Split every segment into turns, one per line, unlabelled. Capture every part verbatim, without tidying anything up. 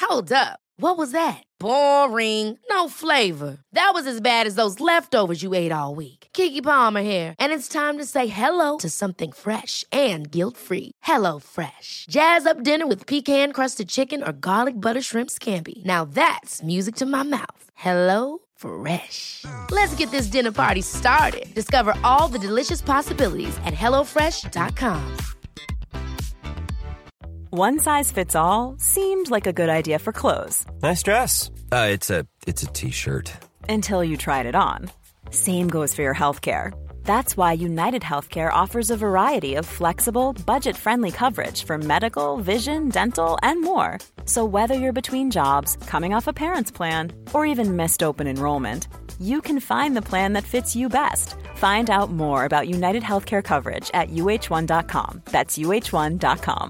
Hold up. What was that? Boring. No flavor. That was as bad as those leftovers you ate all week. Keke Palmer here, and it's time to say hello to something fresh and guilt-free. Hello Fresh. Jazz up dinner with pecan-crusted chicken or garlic butter shrimp scampi. Now that's music to my mouth. Hello Fresh. Let's get this dinner party started. Discover all the delicious possibilities at hello fresh dot com.
One size fits all seemed like a good idea for clothes.
Nice dress. Uh, it's a it's a t-shirt.
Until you tried it on. Same goes for your healthcare. That's why United Healthcare offers a variety of flexible, budget-friendly coverage for medical, vision, dental, and more. So whether you're between jobs, coming off a parent's plan, or even missed open enrollment, you can find the plan that fits you best. Find out more about United Healthcare coverage at u h one dot com. That's u h one dot com.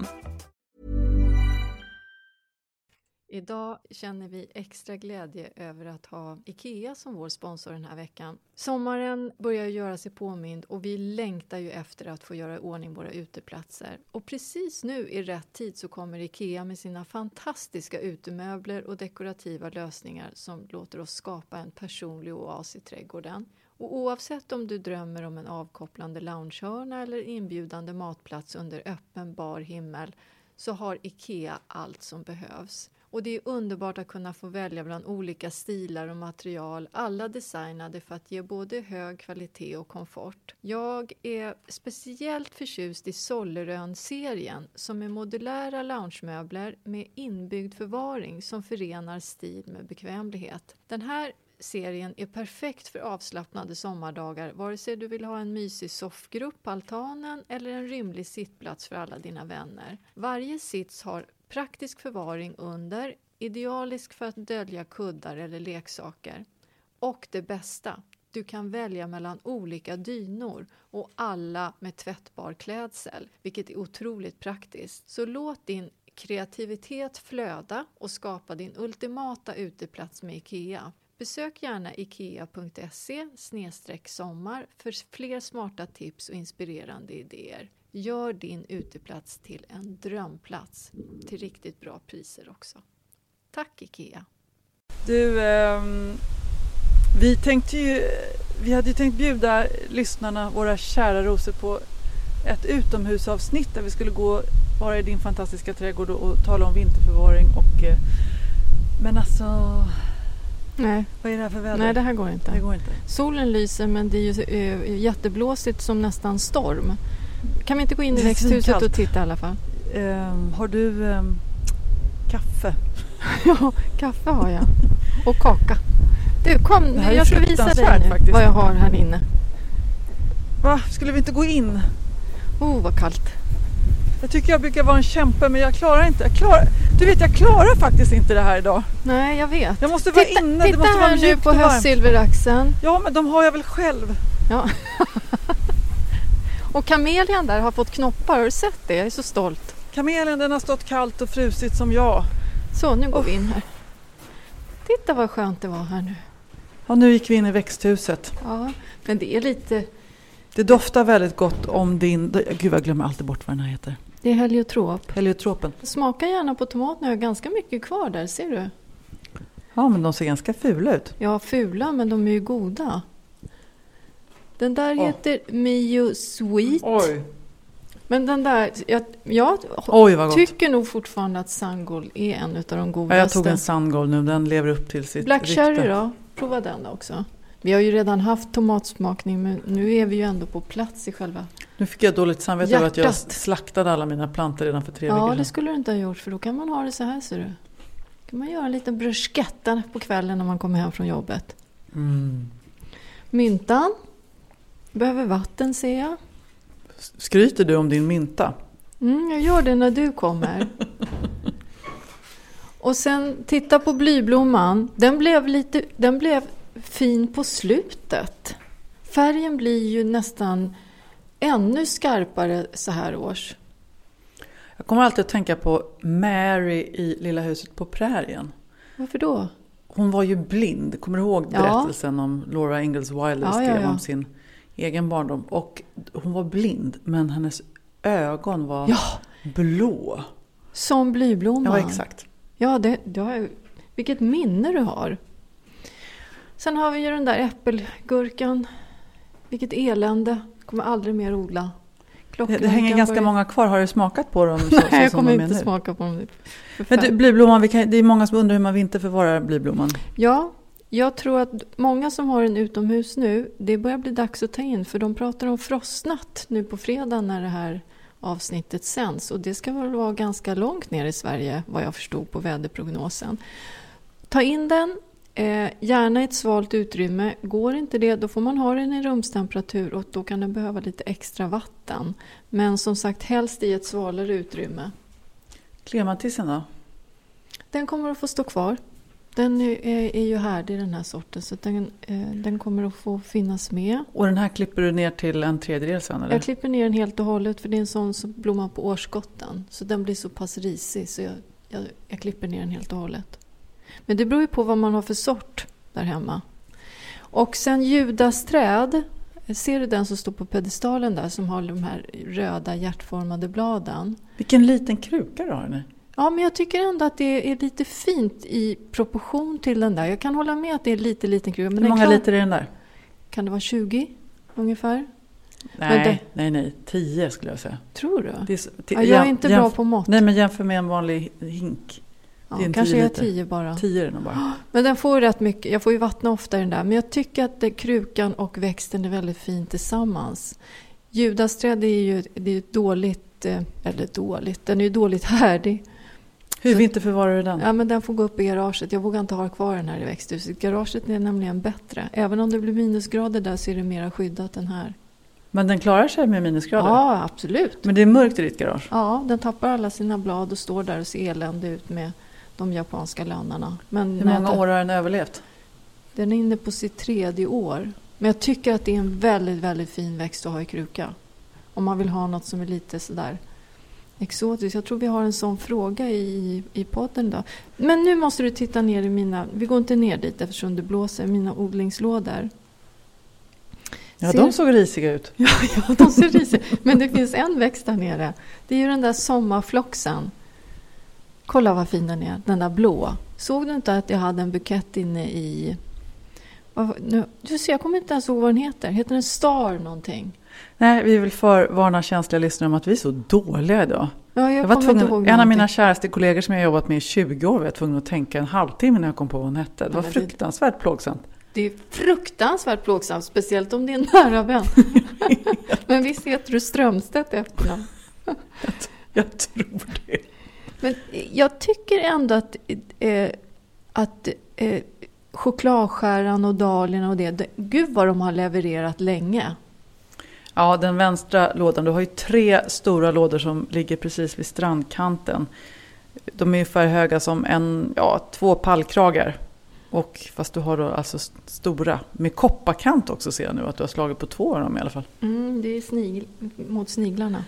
Idag känner vi extra glädje över att ha IKEA som vår sponsor den här veckan. Sommaren börjar göra sig påmind och vi längtar ju efter att få göra i ordning våra uteplatser. Och precis nu i rätt tid så kommer IKEA med sina fantastiska utemöbler och dekorativa lösningar som låter oss skapa en personlig oas i trädgården. Och oavsett om du drömmer om en avkopplande loungehörna eller inbjudande matplats under öppen bar himmel så har IKEA allt som behövs. Och det är underbart att kunna få välja bland olika stilar och material, alla designade för att ge både hög kvalitet och komfort. Jag är speciellt förtjust i Sollerön-serien som är modulära loungemöbler med inbyggd förvaring som förenar stil med bekvämlighet. Den här serien är perfekt för avslappnade sommardagar, vare sig du vill ha en mysig soffgrupp på altanen eller en rymlig sittplats för alla dina vänner. Varje sits har praktisk förvaring under, idealisk för att dölja kuddar eller leksaker. Och det bästa, du kan välja mellan olika dynor och alla med tvättbar klädsel, vilket är otroligt praktiskt. Så låt din kreativitet flöda och skapa din ultimata uteplats med IKEA. Besök gärna ikea punkt se snedstreck sommar för fler smarta tips och inspirerande idéer. Gör din uteplats till en drömplats till riktigt bra priser också. Tack IKEA!
Du, eh, vi tänkte ju, vi hade ju tänkt bjuda lyssnarna, våra kära rosor, på ett utomhusavsnitt där vi skulle gå vara i din fantastiska trädgård och, och tala om vinterförvaring och eh, men alltså...
Nej.
Vad är det här för väder?
Nej, det här går inte.
Det går inte.
Solen lyser men det är ju äh, jätteblåsigt som nästan storm. Kan vi inte gå in i växthuset och titta i alla fall?
Um, har du um, kaffe?
Ja, kaffe har jag. Och kaka. Du, kom, jag ska visa dig nu
faktiskt.
Vad jag har här inne.
Va? Skulle vi inte gå in?
Oh, vad kallt.
Jag tycker jag brukar vara en kämpe, men jag klarar inte. Jag klarar, du vet, jag klarar faktiskt inte det här idag.
Nej, jag vet.
Jag måste vara
titta,
inne.
Titta
det måste
här
vara
nu på höstsilveraxeln.
Ja, men de har jag väl själv.
Ja. Och kamelian där har fått knoppar. Har du sett det? Jag är så stolt.
Kamelian, den har stått kallt och frusit som jag.
Så, nu går
oh.
vi in här. Titta vad skönt det var här nu.
Ja, nu gick vi in i växthuset.
Ja, men det är lite...
Det doftar väldigt gott om din... Gud, jag glömmer alltid bort vad den här heter.
Det är heliotrop.
Heliotropen.
Smaka gärna på tomaterna. Jag har ganska mycket kvar där, ser du?
Ja, men de ser ganska fula ut.
Ja, fula, men de är ju goda. Den där oh. heter Mio Sweet.
Oj.
Men den där... Jag, jag
Oj, vad
tycker nog fortfarande att Sangol är en av de godaste.
Ja, jag tog en Sangol nu. Den lever upp till sitt
Black
rykte.
Cherry då? Prova den också. Vi har ju redan haft tomatsmakning, men nu är vi ju ändå på plats i själva...
Nu fick jag dåligt samvete över att jag
hjärtat.
slaktade alla mina plantor redan för tre
ja,
veckor sedan.
Ja, det skulle du inte ha gjort, för då kan man ha det så här, ser du. Kan man göra en liten bruschetta på kvällen när man kommer hem från jobbet.
Mm.
Myntan. Behöver vatten, ser jag.
Skryter du om din mynta?
Mm, jag gör det när du kommer. Och sen titta på blyblomman. Den blev lite, den blev fin på slutet. Färgen blir ju nästan ännu skarpare så här års.
Jag kommer alltid att tänka på Mary i Lilla huset på prärien.
Varför då?
Hon var ju blind. Kommer du ihåg berättelsen ja. om Laura Ingalls Wilder
ja,
skrev
ja, ja.
om sin egen barndom? Och hon var blind, men hennes ögon var
ja.
blå.
Som blyblomman.
Ja, exakt.
Ja, det, det har, vilket minne du har. Sen har vi ju den där äppelgurkan. Vilket elände. Kommer aldrig mer odla.
Det, det hänger ganska börja... många kvar. Har du smakat på dem? Så,
Nej,
så
jag
som
kommer
de
inte
nu?
smaka på dem.
Men du, blyblomman, vi kan, det är många som undrar hur man vinterförvarar blyblomman.
Ja, jag tror att många som har en utomhus nu, det börjar bli dags att ta in. För de pratar om frostnatt nu på fredag när det här avsnittet sänds. Och det ska väl vara ganska långt ner i Sverige, vad jag förstod på väderprognosen. Ta in den. Eh, gärna ett svalt utrymme. Går inte det, då får man ha den i rumstemperatur och då kan den behöva lite extra vatten. Men som sagt, helst i ett svalare utrymme.
Klematissen då?
Den kommer att få stå kvar. Den är, är ju härdig den här sorten så den, eh, den kommer att få finnas med.
Och den här klipper du ner till en tredjedel sen eller?
Jag klipper ner den helt och hållet för det är en sån som blommar på årsskotten. Så den blir så pass risig så jag, jag, jag klipper ner den helt och hållet. Men det beror ju på vad man har för sort där hemma. Och sen judasträd. Ser du den som står på pedestalen där som har de här röda hjärtformade bladen?
Vilken liten kruka du har ni.
Ja, men jag tycker ändå att det är lite fint i proportion till den där. Jag kan hålla med att det är lite liten kruka. Men
hur många
klar...
liter är den där?
Kan det vara tjugo ungefär?
Nej,
det...
nej, nej. tio skulle jag säga.
Tror du?
Det är så...
ja, jag är inte
jämf...
bra på mått.
Nej, men jämför med en vanlig hink.
Ja, kanske är tio bara.
tio är det nog bara.
Men den får ju rätt mycket. Jag får ju vattna ofta i den där. Men jag tycker att det, krukan och växten är väldigt fint tillsammans. Judasträd är ju det är dåligt, eller dåligt, den är ju dåligt härdig.
Hur
Så,
vinterförvarar du den?
Ja, men den får gå upp i garaget. Jag vågar inte ha kvar den här i växthuset. Garaget är nämligen bättre. Även om det blir minusgrader där så är det mer skyddat än här.
Men den klarar sig med minusgrader?
Ja, absolut.
Men det är mörkt i ditt garage?
Ja, den tappar alla sina blad och står där och ser elände ut med de japanska lönarna. Men
hur många år har den överlevt?
Den är inne på sitt tredje år. Men jag tycker att det är en väldigt, väldigt fin växt att ha i kruka. Om man vill ha något som är lite sådär exotiskt. Jag tror vi har en sån fråga i, i podden då. Men nu måste du titta ner i mina... Vi går inte ner dit eftersom det blåser. Mina odlingslådor.
Ja,
ser
de såg risiga ut.
Ja, ja, de ser risiga. Men det finns en växt där nere. Det är ju den där sommarfloxen. Kolla vad fin den är. Den där blå. Såg du inte att jag hade en bukett inne i... Nu, du ser, jag kommer inte ens ihåg vad den heter. Heter den Star någonting?
Nej, vi vill förvarna känsliga lyssnare om att vi är så dåliga idag.
Ja, jag,
jag var tvungen,
inte ihåg
en
någonting.
av mina käraste kollegor som jag jobbat med i tjugo år var jag tvungen att tänka en halvtimme när jag kom på vad hon hette. Det var ja, fruktansvärt det, plågsamt.
Det är fruktansvärt plågsamt, speciellt om det är en nära vän. Men visst heter du Strömstedt efternamn?
jag, jag tror det.
Men jag tycker ändå att, eh, att eh, chokladskäran och dahliorna och det, det, gud vad de har levererat länge.
Ja, den vänstra lådan. Du har ju tre stora lådor som ligger precis vid strandkanten. De är ungefär höga som en, ja, två pallkragar. Och fast du har då alltså stora med kopparkant också, ser jag nu att du har slagit på två av dem i alla fall.
Mm, det är snigl, mot sniglarna.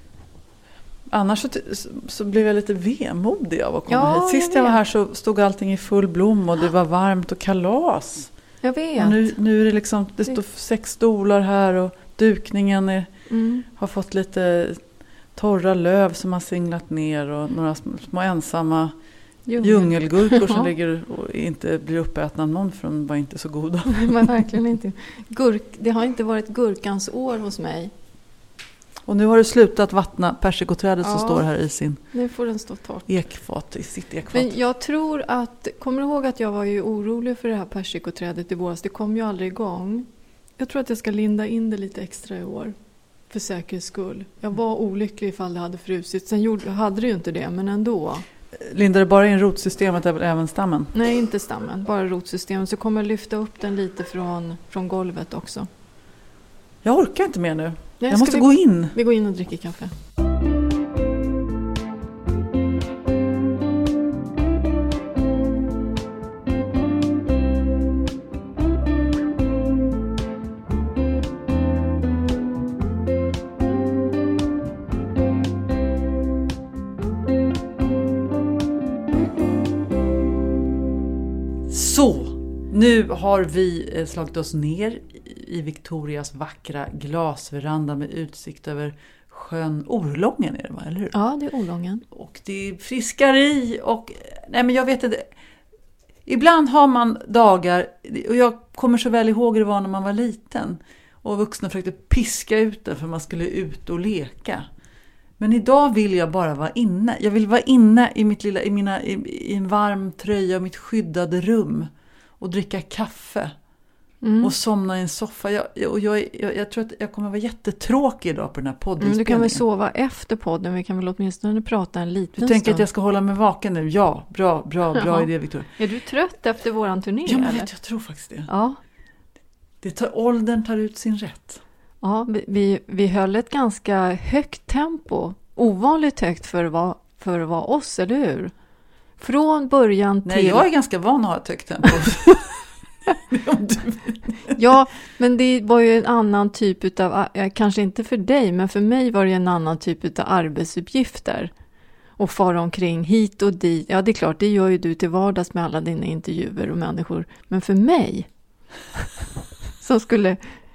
Annars så, så blev jag lite vemodig av att komma
ja,
hit. Sist jag, jag var här så stod allting i full blom och det var varmt och kalas.
Jag vet.
Och nu, nu är det liksom, det står sex stolar här och dukningen är,
mm.
har fått lite torra löv som har singlat ner och några små ensamma Djungel. djungelgurkor som ligger och inte blir uppätna av någon för de var inte så goda.
Men verkligen inte. Gurk, det har inte varit gurkans år hos mig.
Och nu har du slutat vattna persikoträdet
ja,
som står här i sin
nu får den stå torrt.
ekfat, i sitt ekfat.
Men jag tror att, kommer du ihåg att jag var ju orolig för det här persikoträdet i våras? Det kom ju aldrig igång. Jag tror att jag ska linda in det lite extra i år. För säkerhets skull. Jag var olycklig ifall det hade frusit. Sen gjorde, hade det ju inte det, men ändå.
Lindar det bara in rotsystemet eller även stammen?
Nej, inte stammen. Bara rotsystemet. Så kommer jag lyfta upp den lite från, från golvet också.
Jag orkar inte mer nu.
Nej,
jag måste
vi,
gå in.
Vi går in och dricker kaffe.
Så, nu har vi slagit oss ner i Victorias vackra glasveranda med utsikt över sjön Orlången är det, va? Eller hur?
Ja, det är Orlången.
Och det friskar i och nej men jag vet inte. Ibland har man dagar, och jag kommer så väl ihåg hur det var när man var liten. Och vuxna försökte piska ut det för man skulle ut och leka. Men idag vill jag bara vara inne. Jag vill vara inne i, mitt lilla, i, mina, i, i en varm tröja och mitt skyddade rum. Och dricka kaffe. Mm. Och somna i en soffa. Jag, och jag, jag, jag tror att jag kommer vara jättetråkig idag på den här podden.
Mm, du kan väl sova efter podden. Vi kan väl åtminstone prata en liten stund.
Du tänker stund. Att jag ska hålla mig vaken nu? Ja, bra, bra, bra ja. idé, Victoria.
Är du trött efter våran turné?
Ja, men
eller?
Vet, jag tror faktiskt det.
Ja.
Det tar, åldern tar ut sin rätt.
Ja, vi, vi, vi höll ett ganska högt tempo. Ovanligt högt för att vara, för att vara oss, eller hur? Från början till...
Nej, jag är ganska van att ha ett högt tempo.
Ja, men det var ju en annan typ av, kanske inte för dig, men för mig var det en annan typ av arbetsuppgifter. Och fara omkring hit och dit. Ja, det är klart, det gör ju du till vardags med alla dina intervjuer och människor. Men för mig, som skulle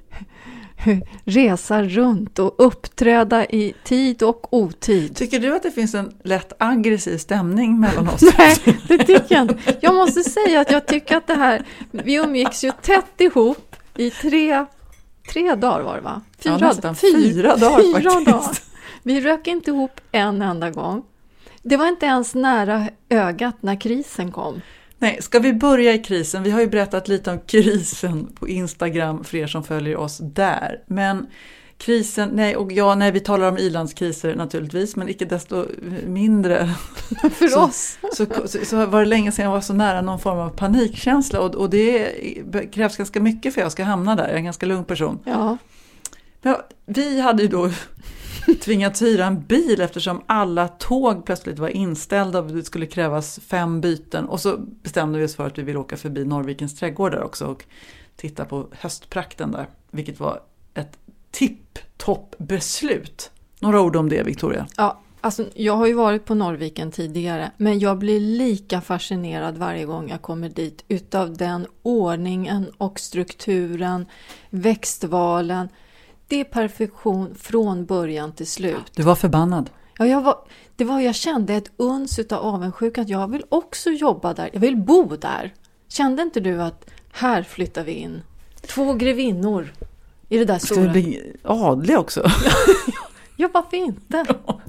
resa runt och uppträda i tid och otid.
Tycker du att det finns en lätt aggressiv stämning mellan oss?
Nej, det tycker jag inte. Jag måste säga att jag tycker att det här, vi umgicks ju tätt ihop i tre, tre dagar var det va?
Fyra, ja, nästan fyra, fyra dagar
fyra
faktiskt.
Dagar. Vi rök inte ihop en enda gång. Det var inte ens nära ögat när krisen kom.
Nej, ska vi börja i krisen? Vi har ju berättat lite om krisen på Instagram för er som följer oss där. Men krisen, nej, och ja, nej, vi talar om ilandskriser naturligtvis, men icke desto mindre.
För
så,
oss.
Så, så, så var det länge sedan jag var så nära någon form av panikkänsla. Och, och det krävs ganska mycket för att jag ska hamna där. Jag är en ganska lugn person.
Ja.
Men vi hade ju då tvingats hyra en bil eftersom alla tåg plötsligt var inställda och det skulle krävas fem byten. Och så bestämde vi oss för att vi ville åka förbi Norrvikens trädgårdar också och titta på höstprakten där. Vilket var ett tipp-topp beslut. Några ord om det, Victoria?
Ja, alltså jag har ju varit på Norrviken tidigare, men jag blir lika fascinerad varje gång jag kommer dit utav den ordningen och strukturen, växtvalen. Det är perfektion från början till slut.
Du var förbannad.
Ja, jag, var, det var, jag kände ett uns utav avundsjuka att jag vill också jobba där. Jag vill bo där. Kände inte du att här flyttar vi in? Två grevinnor i det där stora.
Ska vi bli adliga också?
Ja, varför inte?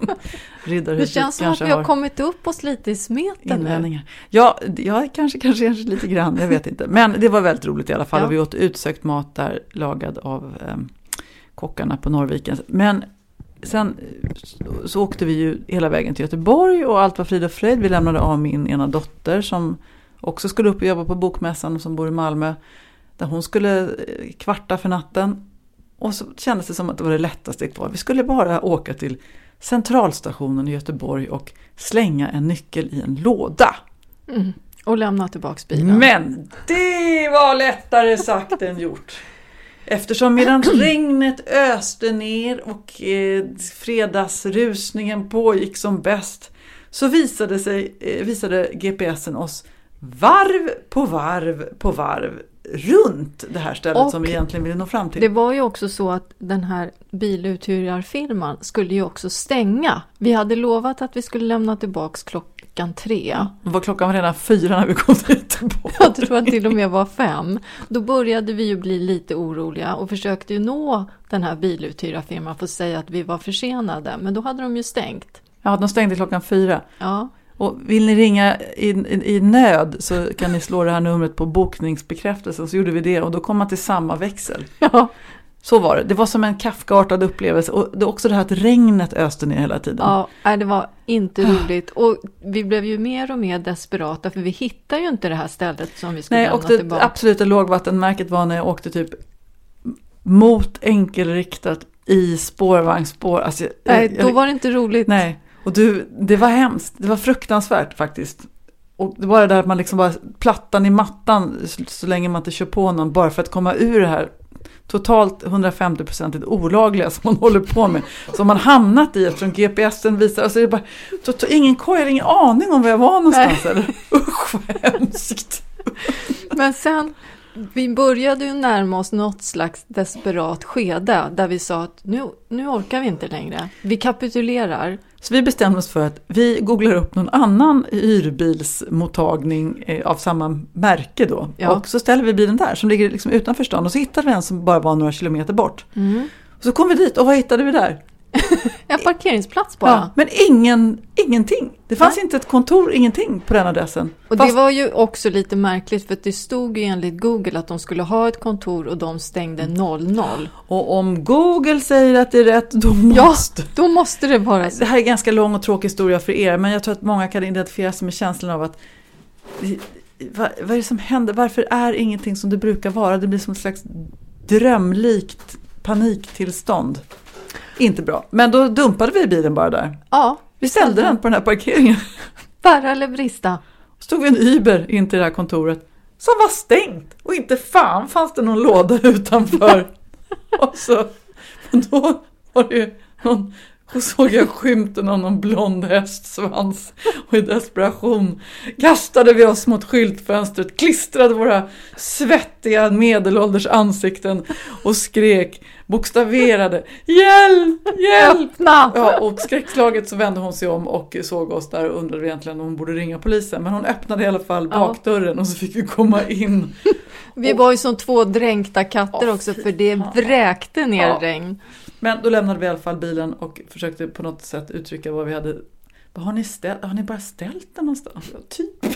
Det känns som att vi har, har kommit upp oss lite i smeten nu.
Ja, ja kanske, kanske lite grann, jag vet inte. Men det var väldigt roligt i alla fall. Ja. Och vi åt utsökt mat där lagad av... Um, kockarna på Norrviken. Men sen så åkte vi ju hela vägen till Göteborg och allt var frid och fröjd. Vi lämnade av min ena dotter som också skulle upp och jobba på bokmässan och som bor i Malmö. Där hon skulle kvarta för natten. Och så kändes det som att det var det lättaste kvar. Vi skulle bara åka till centralstationen i Göteborg och slänga en nyckel i en låda.
Mm. Och lämna tillbaka bilen.
Men det var lättare sagt än gjort. Eftersom medan regnet öste ner och eh, fredagsrusningen pågick som bäst så visade, sig, eh, visade G P S'en oss varv på varv på varv runt det här stället och som vi egentligen ville nå fram till.
Det var ju också så att den här biluthyrarfirman skulle ju också stänga. Vi hade lovat att vi skulle lämna tillbaka klockan tre.
Ja, var klockan var redan fyra när vi kom dit.
Jag tror att till och med var fem. Då började vi ju bli lite oroliga och försökte ju nå den här biluthyrarfirman för att säga att vi var försenade. Men då hade de ju stängt.
Ja, de stängde klockan fyra.
Ja.
Och vill ni ringa i, i, i nöd så kan ni slå det här numret på bokningsbekräftelse. Så gjorde vi det och då kom man till samma växel.
Ja.
Så var det. Det var som en kafkaartad upplevelse. Och det också det här att regnet öste ner hela tiden.
Ja, det var inte roligt. Och vi blev ju mer och mer desperata för vi hittade ju inte det här stället som vi skulle
Nej,
lämna
och det
tillbaka.
absoluta lågvattenmärket var när jag åkte typ mot enkelriktat i spårvagnsspår. Alltså,
Nej,
jag,
då var det inte roligt.
Nej. Och du, det var hemskt. Det var fruktansvärt faktiskt. Och det var det där att man liksom bara plattan i mattan så, så länge man inte kör på någon bara för att komma ur det här totalt hundrafemtio procent olagliga som man håller på med. Som man hamnat i eftersom G P S'en visar. Alltså det är bara, to, to, ingen koj, jag har ingen aning om var jag var någonstans. Eller? Usch, vad hemskt.
Men sen Vi började ju närma oss något slags desperat skede där vi sa att nu, nu orkar vi inte längre. Vi kapitulerar.
Så vi bestämde oss för att vi googlar upp någon annan hyrbilsmottagning eh, av samma märke då.
Ja.
Och så ställer vi bilen där som ligger liksom utanför stan. Och så hittade vi en som bara var några kilometer bort.
Mm.
Och så kom vi dit och vad hittade vi där?
En parkeringsplats bara.
Ja, men ingen, ingenting. Det fanns
Nej.
inte ett kontor, ingenting på den adressen.
Och
Fast...
det var ju också lite märkligt för att det stod ju enligt Google att de skulle ha ett kontor och de stängde noll noll.
Och om Google säger att det är rätt, då måste...
Ja, då måste det vara så.
Det här är en ganska lång och tråkig historia för er, men jag tror att många kan identifiera sig med känslan av att vad, vad är det som händer? Varför är ingenting som det brukar vara? Det blir som ett slags drömlikt paniktillstånd. Inte bra. Men då dumpade vi bilen bara där.
Ja.
Vi ställde den på den här parkeringen.
Bära eller brista.
Stod vi en Uber in till det här kontoret som var stängt. Och inte fan fanns det någon låda utanför. Och så och då var det ju någon, och såg jag skymten av någon blond hästsvans. Och i desperation kastade vi oss mot skyltfönstret. Klistrade våra svettiga medelålders ansikten. Och skrek, bokstaverade, hjälp, hjälp.
Öppna!
Ja, och skräckslaget så vände hon sig om och såg oss där och undrade egentligen om hon borde ringa polisen. Men hon öppnade i alla fall bakdörren och så fick vi komma in.
Vi var ju som två dränkta katter
Åh,
också för det vräkte ner
Ja.
regn.
Men då lämnade vi i alla fall bilen och försökte på något sätt uttrycka vad vi hade. Vad har ni ställt? Har ni bara ställt den någonstans? Ja, typ.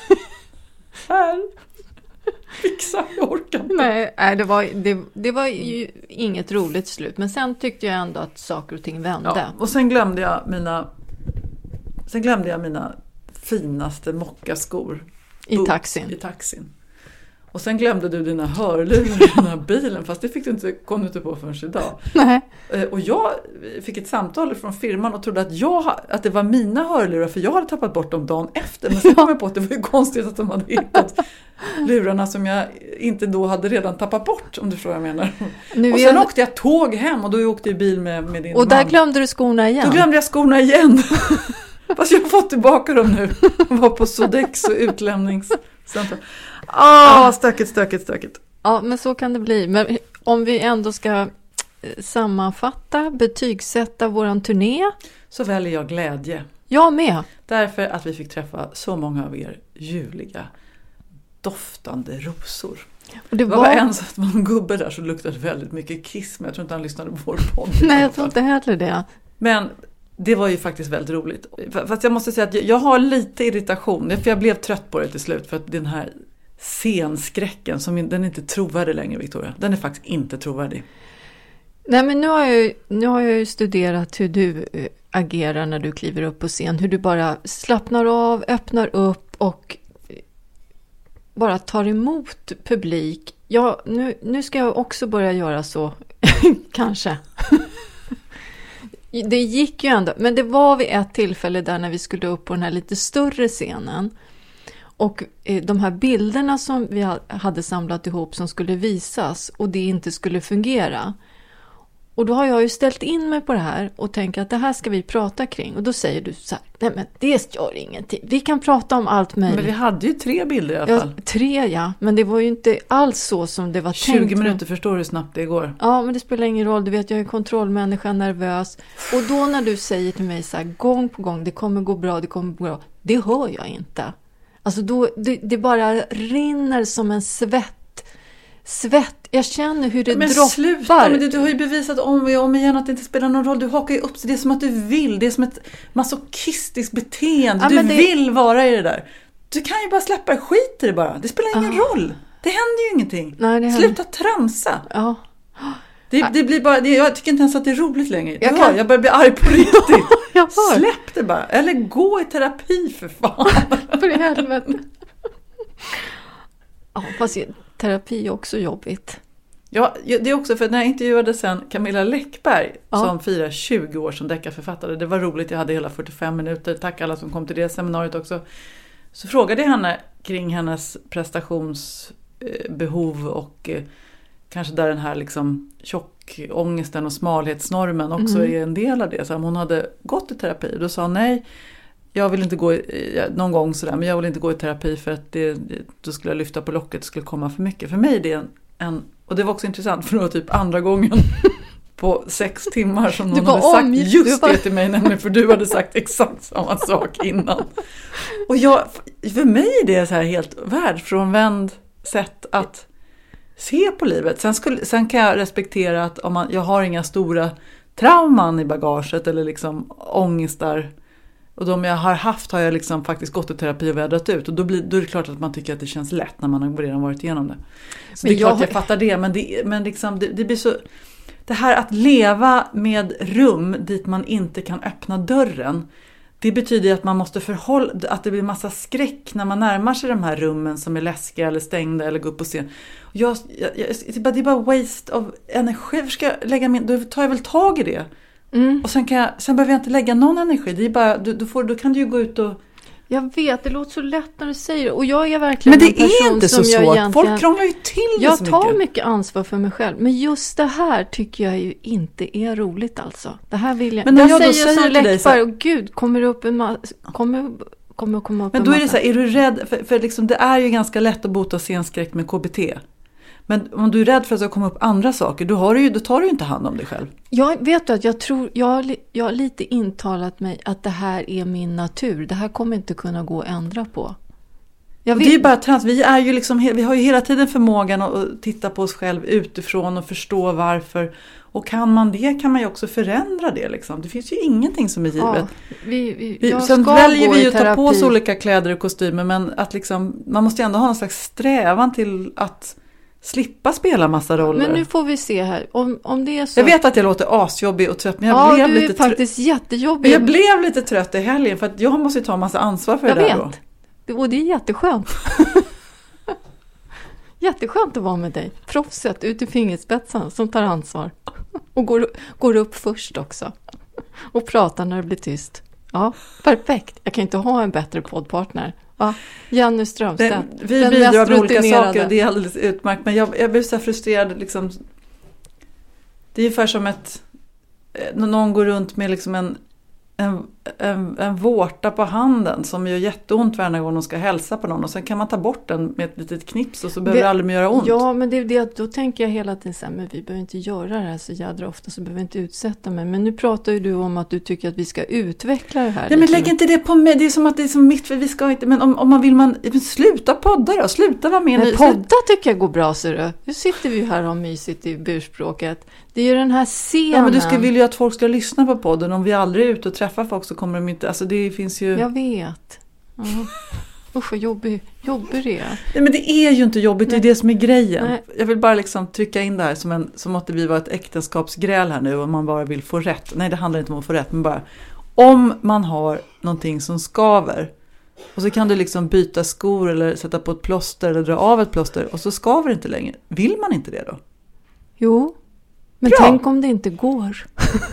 Här. Fixa, jag orkar inte.
Nej, nej det, var, det, det var ju inget roligt slut. Men sen tyckte jag ändå att saker och ting vände.
Ja, och sen glömde jag mina sen glömde jag mina finaste mockaskor
I
Bo-
taxin.
I taxin. Och sen glömde du dina hörlurar i den här bilen, fast det fick du inte, kom du inte på förrän idag.
Nej.
Och jag fick ett samtal från firman och trodde att, jag, att det var mina hörlurar, för jag hade tappat bort dem dagen efter. Men sen kom jag på att det var ju konstigt att de hade hittat lurarna som jag inte då hade redan tappat bort, om du förstår vad jag menar.
Nu
Och sen
jag...
åkte jag tåg hem och då åkte jag i bil med, med din
Och där
man.
glömde du skorna igen.
Då glömde jag skorna igen. Fast jag har fått tillbaka dem nu. Jag var på Sodex och utlämningscentrum. Ah, stökigt, stökigt, stökigt.
Ja, men så kan det bli. Men om vi ändå ska sammanfatta, betygsätta våran turné.
Så väljer jag glädje.
Jag med.
Därför att vi fick träffa så många av er juliga, doftande rosor.
Och det
Det var,
var...
var en, så var en gubbe där som luktade väldigt mycket kiss, men jag tror inte han lyssnade på vår podd.
Nej, jag tror inte heller det.
Men det var ju faktiskt väldigt roligt. Fast jag måste säga att jag har lite irritation, för jag blev trött på det till slut, för att den här scenskräcken, som, den är inte trovärdig längre, Victoria. Den är faktiskt inte trovärdig.
Nej, men nu har jag ju, nu har jag ju studerat hur du eh, agerar när du kliver upp på scen. Hur du bara slappnar av, öppnar upp och eh, bara tar emot publik. Ja, nu, nu ska jag också börja göra så, kanske. Det gick ju ändå, men det var vid ett tillfälle där när vi skulle upp på den här lite större scenen. Och eh, de här bilderna som vi hade samlat ihop som skulle visas och det inte skulle fungera. Och då har jag ju ställt in mig på det här och tänker att det här ska vi prata kring. Och då säger du så här, nej men det gör ingenting. Vi kan prata om allt möjligt.
Men vi hade ju tre bilder i alla fall.
Ja, tre ja, men det var ju inte alls så som det var tänkt.
tjugo minuter, förstår du hur snabbt det går?
Ja, men det spelar ingen roll. Du vet, jag är kontrollmänniska, nervös. Och då när du säger till mig så här, gång på gång, det kommer gå bra, det kommer gå bra. Det hör jag inte. Alltså då, det, det bara rinner som en svett. Svett, jag känner hur det
men
droppar.
Sluta, men du, du har ju bevisat om och om igen att det inte spelar någon roll. Du hakar ju upp sig, det är som att du vill. Det är som ett masochistiskt beteende.
Ja,
du
det...
vill vara i det där. Du kan ju bara släppa skit i det bara. Det spelar ingen
ah.
roll. Det händer ju ingenting.
Nej, det
Sluta händer... tramsa.
Ja.
Det, det blir bara, det, jag tycker inte ens att det är roligt längre.
Jag,
jag,
kan...
hör, jag börjar bli arg på riktigt.
jag hör.
Släpp det bara. Eller gå i terapi för fan.
För i helvete. Ja, fast terapi är också jobbigt.
Ja, det är också för att när jag intervjuade sen Camilla Läckberg
ja.
som firar tjugo år som deckarförfattare. Det var roligt, jag hade hela fyrtiofem minuter. Tack alla som kom till det seminariet också. Så frågade jag henne kring hennes prestationsbehov och eh, kanske där den här liksom tjockångesten och smalhetsnormen också mm. är en del av det. Så om hon hade gått i terapi, då sa hon nej. jag vill inte gå i, någon gång sådär, men jag vill inte gå i terapi för att det, då skulle jag lyfta på locket och skulle komma för mycket. För mig är det en, en och det var också intressant för det var typ andra gången på sex timmar som någon hade sagt om, just var... det till mig, nämligen för du hade sagt exakt samma sak innan. Och jag, för mig är det så här helt världsfrånvänd sätt att se på livet. Sen, skulle, sen kan jag respektera att om man, jag har inga stora trauman i bagaget eller liksom ångestar. Och de jag har haft har jag liksom faktiskt gått i terapi och vädrat ut. Och då, blir, då är det klart att man tycker att det känns lätt när man har redan varit igenom det. Så men det är klart jag, jag fattar det. Men, det, men liksom, det, det blir så... Det här att leva med rum dit man inte kan öppna dörren. Det betyder att man måste förhålla... Att det blir massa skräck när man närmar sig de här rummen som är läskiga eller stängda eller går upp och ser. Jag, jag, jag, det är bara waste of energi. Ska jag lägga min, då tar jag väl tag i det. Mm. Och sen, kan jag, sen behöver jag inte lägga någon energi. Det är bara, du, du får, då kan du ju gå ut och...
Jag vet, det låter så lätt när du säger det. Och jag är verkligen
men det en person är inte så svårt. Egentligen... Folk krånglar ju till det
jag
så
mycket. Jag tar
mycket
ansvar för mig själv. Men just det här tycker jag ju inte är roligt alltså. Det här vill jag...
Men när jag, jag
säger,
säger
som
till dig så...
och gud, kommer det upp en massa... Kommer, kommer, kommer upp
men
en
då
massa...
är det så här, är du rädd? För, för liksom, det är ju ganska lätt att bota scenskräck med K B T. Men om du är rädd för att det ska komma upp andra saker, då, har du ju, då tar du ju inte hand om dig själv.
Jag vet att jag tror, jag, jag har lite intalat mig att det här är min natur. Det här kommer inte kunna gå att ändra på. Jag vet.
Det är ju bara trans. Vi, är ju liksom, vi har ju hela tiden förmågan att titta på oss själv utifrån och förstå varför. Och kan man det kan man ju också förändra det. Liksom. Det finns ju ingenting som är givet. Ja,
vi, vi,
vi, sen väljer vi ju att ta på oss olika kläder och kostymer. Men att liksom, man måste ju ändå ha någon slags strävan till att slippa spela massa roller.
Men nu får vi se här. Om, om det är så...
Jag vet att jag låter asjobbig och trött. Men jag
ja,
blev
du är
lite
faktiskt
trött.
jättejobbig.
Jag blev lite trött i helgen. För att jag måste ta massa ansvar för
jag
det där
vet.
då.
Och det är jätteskönt. Jätteskönt att vara med dig. Proffset ut i fingerspetsen som tar ansvar. Och går, går upp först också. Och pratar när det blir tyst. Ja, perfekt. Jag kan inte ha en bättre poddpartner. Ja, Jenny Strömstedt.
Den, vi den bidrar med olika saker och det är alldeles utmärkt. Men jag, jag blir så frustrerad. Liksom, det är ungefär som ett... När någon går runt med liksom en, en, en, en vårta på handen som gör jätteont varje gång de ska hälsa på någon. Och sen kan man ta bort den med ett litet knips och så behöver det, det aldrig mer göra ont.
Ja, men det är det, då tänker jag hela tiden så här, men vi behöver inte göra det här så jädra ofta, så behöver vi inte utsätta mig. Men nu pratar ju du om att du tycker att vi ska utveckla det här.
Ja, men lägg inte det på mig. Det är som att det är som mitt, för vi ska inte, men om, om man vill man, sluta podda då, sluta vara med.
Men podda tycker jag går bra, så du. Nu sitter vi här och har mysigt i burspråket. Det är ju den här scenen.
Ja, men du ska vilja att folk ska lyssna på podden. Om vi aldrig är ute och träffar folk så kommer de inte, alltså det finns ju...
Jag vet. Ja. Usch, vad jobbig, jobbig det är.
Nej, men det är ju inte jobbigt, nej. Det är det som är grejen. Nej. Jag vill bara liksom trycka in det här som, en, som att vi var ett äktenskapsgräl här nu. Om man bara vill få rätt. Nej, det handlar inte om att få rätt, men bara om man har någonting som skaver. Och så kan du liksom byta skor eller sätta på ett plåster eller dra av ett plåster. Och så skaver det inte längre. Vill man inte det då?
Jo, men bra. Tänk om det inte går.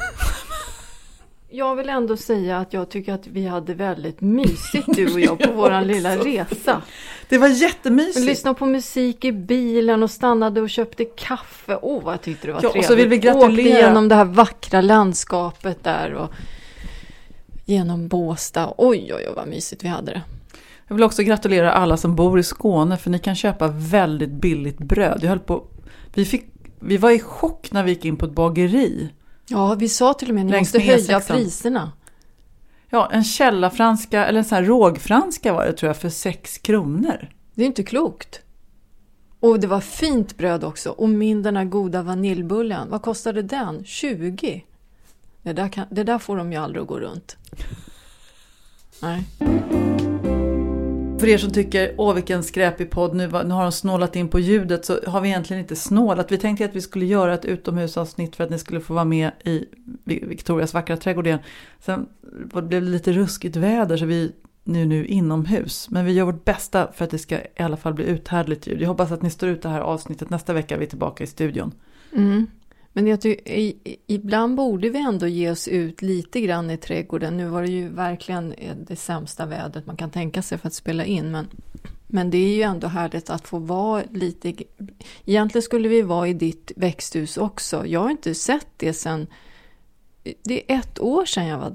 Jag vill ändå säga att jag tycker att vi hade väldigt mysigt, du och jag, på våran lilla resa.
Det var jättemysigt.
Vi lyssnade på musik i bilen och stannade och köpte kaffe. Åh, oh, vad jag tyckte det var ja, trevligt.
Och så vill vi gratulera.
Åkte genom det här vackra landskapet där och genom Båstad. Oj, oj, oj, vad mysigt vi hade det.
Jag vill också gratulera alla som bor i Skåne, för ni kan köpa väldigt billigt bröd. Jag höll på, vi, fick, vi var i chock när vi gick in på ett bageri.
Ja, vi sa till och med att ni måste höja priserna.
Ja, en källafranska eller en sån här rågfranska var det, tror jag, för sex kronor.
Det är inte klokt. Och det var fint bröd också. Och min den här goda vaniljbullen. Vad kostade den? tjugo. Det där, kan, det där får de ju aldrig att gå runt. Nej.
För er som tycker, åh vilken skräpig podd, nu, nu har de snålat in på ljudet, så har vi egentligen inte snålat. Vi tänkte att vi skulle göra ett utomhusavsnitt för att ni skulle få vara med i Victorias vackra trädgård igen. Sen blev det lite ruskigt väder så vi nu nu inomhus. Men vi gör vårt bästa för att det ska i alla fall bli uthärdligt ljud. Jag hoppas att ni står ut det här avsnittet. Nästa vecka är vi tillbaka i studion.
Mm. Men jag tycker, i, ibland borde vi ändå ge oss ut lite grann i trädgården. Nu var det ju verkligen det sämsta vädret man kan tänka sig för att spela in. Men, men det är ju ändå härligt att få vara lite... Egentligen skulle vi vara i ditt växthus också. Jag har inte sett det sedan... Det är ett år sedan jag var där.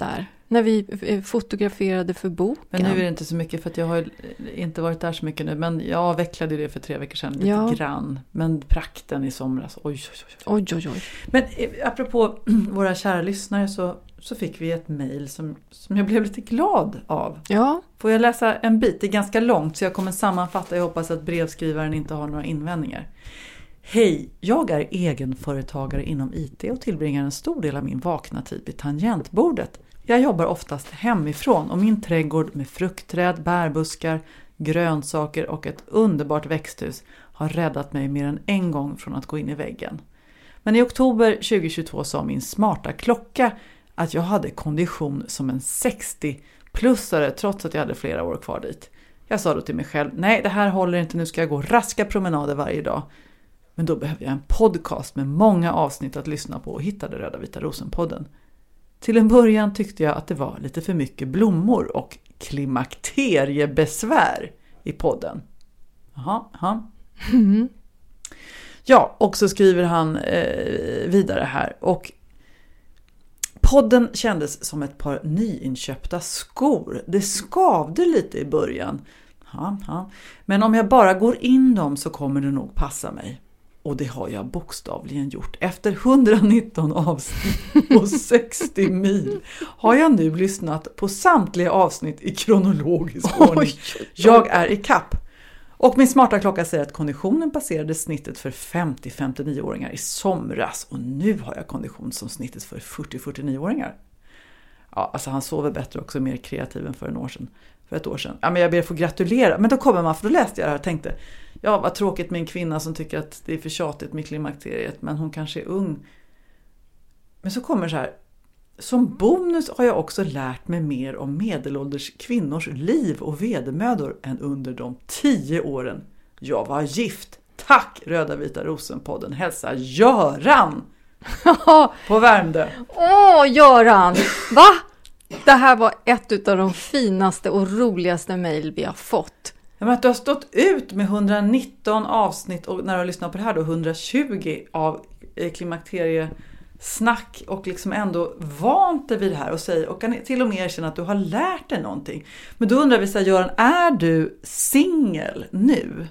när vi fotograferade för boken.
Men nu är det inte så mycket för att jag har inte varit där så mycket nu. Men jag avvecklade det för tre veckor sedan lite
ja.
grann. Men prakten i somras, oj oj oj.
oj, oj, oj.
Men apropå våra kära lyssnare så, så fick vi ett mejl som, som jag blev lite glad av.
Ja.
Får jag läsa en bit? Det är ganska långt så jag kommer sammanfatta. Jag hoppas att brevskrivaren inte har några invändningar. Hej, jag är egenföretagare inom I T och tillbringar en stor del av min vakna tid vid tangentbordet. Jag jobbar oftast hemifrån och min trädgård med fruktträd, bärbuskar, grönsaker och ett underbart växthus har räddat mig mer än en gång från att gå in i väggen. Men i oktober tjugohundratjugotvå sa min smarta klocka att jag hade kondition som en sextio-plussare trots att jag hade flera år kvar dit. Jag sa då till mig själv, nej det här håller inte, nu ska jag gå raska promenader varje dag. Men då behövde jag en podcast med många avsnitt att lyssna på och hittade Röda Vita Rosen-podden. Till en början tyckte jag att det var lite för mycket blommor och klimakteriebesvär i podden. Jaha, jaha.
Mm.
Ja, och så skriver han eh, vidare här. Och podden kändes som ett par nyinköpta skor. Det skavde lite i början. Ja, ja. Men om jag bara går in dem så kommer det nog passa mig. Och det har jag bokstavligen gjort. Efter etthundranitton avsnitt och sextio mil har jag nu lyssnat på samtliga avsnitt i kronologisk ordning. Jag är i kapp. Och min smarta klocka säger att konditionen passerade snittet för femtio till femtionio-åringar i somras. Och nu har jag kondition som snittet för fyrtio till fyrtionio-åringar. Ja, alltså han sover bättre också, mer kreativ än för en år sedan. För ett år sedan. Ja, men jag ber att få gratulera. Men då kommer man, för då läste jag det här och tänkte, ja vad tråkigt med en kvinna som tycker att det är för tjatigt med klimakteriet, men hon kanske är ung. Men så kommer så här, som bonus har jag också lärt mig mer om medelålders kvinnors liv och vedermödor än under de tio åren jag var gift. Tack Röda Vita Rosen-podden. Hälsa Göran på Värmdö.
Åh, Göran! Va? Det här var ett av de finaste och roligaste mejl vi har fått.
Ja, men att du har stått ut med etthundranitton avsnitt och när du har lyssnat på det här då etthundratjugo av klimakteriesnack och liksom ändå vant dig vid det här och, säger, och kan till och med erkänna att du har lärt dig någonting. Men då undrar vi så här, Göran, är du singel nu?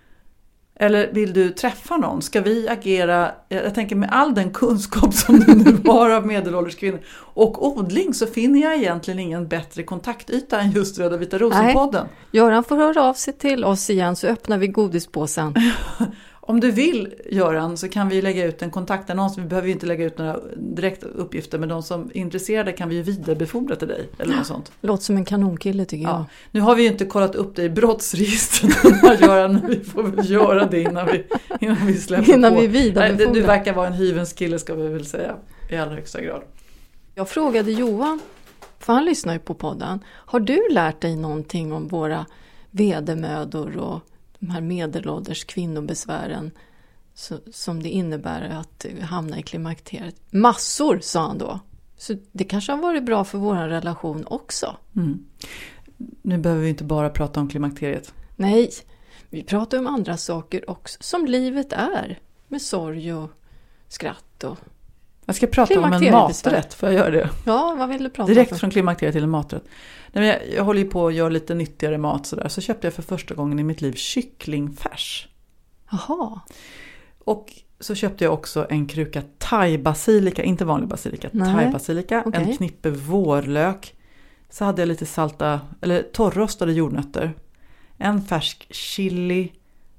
Eller vill du träffa någon? Ska vi agera, jag tänker med all den kunskap som du nu har av medelålders kvinnor och odling, så finner jag egentligen ingen bättre kontaktyta än just Röda Vita Rosen-podden.
Nej, Göran får höra av sig till oss igen så öppnar vi godispåsen.
Om du vill, Göran, så kan vi lägga ut en kontaktannons. Vi behöver ju inte lägga ut några direkta uppgifter, men de som är intresserade kan vi ju vidarebefordra till dig. Eller något sånt.
Låter som en kanonkille tycker jag.
Ja. Nu har vi ju inte kollat upp det i brottsregistret, Göran. Vi får väl göra det innan vi, innan vi släpper
innan
på.
Vi vidarebefordrar.
Du verkar vara en hyvens kille, ska vi väl säga. I allra högsta grad.
Jag frågade Johan, för han lyssnar ju på podden. Har du lärt dig någonting om våra vedermödor och de här medelålders kvinnobesvären så, som det innebär att hamna i klimakteriet? Massor, sa han då. Så det kanske har varit bra för vår relation också.
Mm. Nu behöver vi inte bara prata om klimakteriet.
Nej, vi pratar om andra saker också. Som livet är. Med sorg och skratt och...
Jag ska prata om en maträtt, får jag göra det?
Ja, vad vill du prata
Direkt
om?
från klimakteriet till en maträtt. Nej, men jag, jag håller ju på att göra lite nyttigare mat sådär. Så köpte jag för första gången i mitt liv kycklingfärs.
Jaha.
Och så köpte jag också en kruka thai-basilika, inte vanlig basilika, thai-basilika.
Okay.
En knippe vårlök. Så hade jag lite salta, eller torrrostade jordnötter. En färsk chili,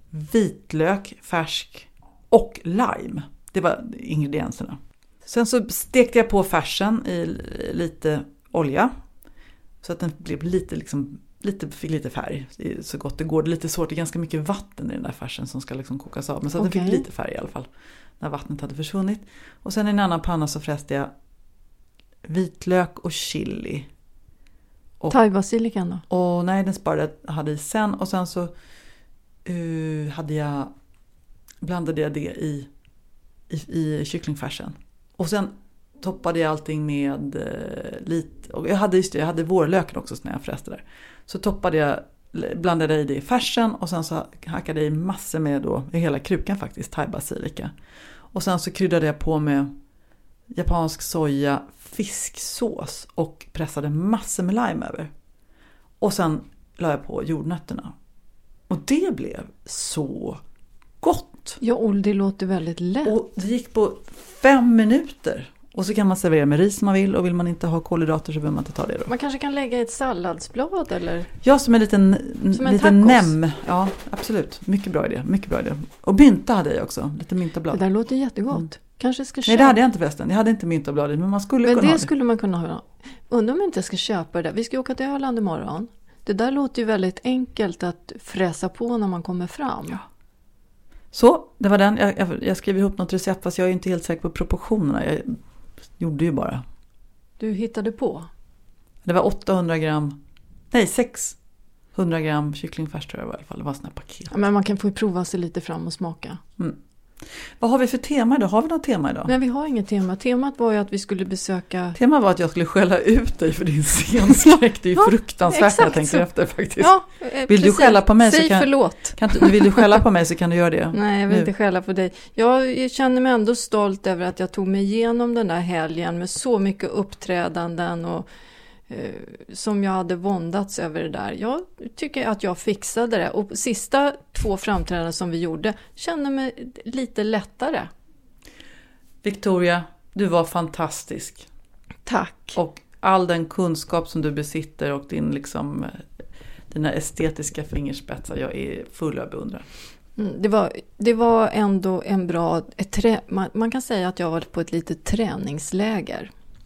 vitlök, färsk och lime. Det var ingredienserna. Sen så stekte jag på färsen i lite olja. Så att den blev lite, liksom, lite, fick lite färg. Så gott det går. Det är lite svårt. Det är ganska mycket vatten i den där färsen som ska liksom kokas av. Men så att okay. Den fick lite färg i alla fall. När vattnet hade försvunnit. Och sen i en annan panna så fräste jag vitlök och chili.
Thai-basilikan då?
Och nej, den sparade jag hade i sen. Och sen så uh, hade jag, blandade jag det i, i, i kycklingfärsen. Och sen toppade jag allting med uh, lite... Och jag hade, just det, jag hade vårlöken också när jag fräste där. Så toppade jag, blandade i det i färsen. Och sen så hackade jag i massor med då, i hela krukan faktiskt, thai-basilika. Och sen så kryddade jag på med japansk soja, fisksås och pressade massor med lime över. Och sen la jag på jordnötterna. Och det blev så gott.
Ja, och det låter väldigt lätt.
Och det gick på fem minuter. Och så kan man servera med ris om man vill. Och vill man inte ha kolhydrater så behöver man inte ta det då.
Man kanske kan lägga ett salladsblad eller?
Ja, som en liten,
som en
liten
tacos.
näm. Ja, absolut. Mycket bra idé. Mycket bra idé. Och mynta hade jag också. Lite myntablad.
Det där låter jättegott. Mm. Kanske ska köpa.
Nej, det hade jag inte förresten. Jag hade inte myntabladet, men man skulle
men
kunna
det
ha det.
skulle man kunna ha. Undrar om jag inte ska köpa det där. Vi ska åka till Öland imorgon. Det där låter ju väldigt enkelt att fräsa på när man kommer fram.
Ja. Så, det var den. Jag, jag, jag skrev ihop något recept fast jag är inte helt säker på proportionerna. Jag gjorde ju bara.
Du hittade på?
Det var åttahundra gram, nej sexhundra gram kycklingfärs tror jag i alla fall. Det var såna här paket.
Ja, men man kan få prova sig lite fram och smaka.
Mm. Vad har vi för tema idag? Har vi något tema idag?
Nej, vi har inget tema. Temat var ju att vi skulle besöka...
Temat var att jag skulle skälla ut dig för din scenskräck. Det är ju
ja,
fruktansvärt när jag tänker så. Efter faktiskt.
Ja,
vill
precis.
du skälla på mig
Säg
så kan...
förlåt.
Kan du, vill du skälla på mig så kan du göra det.
Nej, jag vill
nu.
inte skälla på dig. Jag känner mig ändå stolt över att jag tog mig igenom den där helgen med så mycket uppträdanden och eh, som jag hade våndats över det där. Jag tycker att jag fixade det. Och sista två framträdanden som vi gjorde kände mig lite lättare.
Victoria, du var fantastisk.
Tack.
Och all den kunskap som du besitter och din liksom, dina estetiska fingerspetsar, jag är full av beundran.
Mm, det, var, det var ändå en bra... Ett trä, man, man kan säga att jag var på ett litet träningsläger.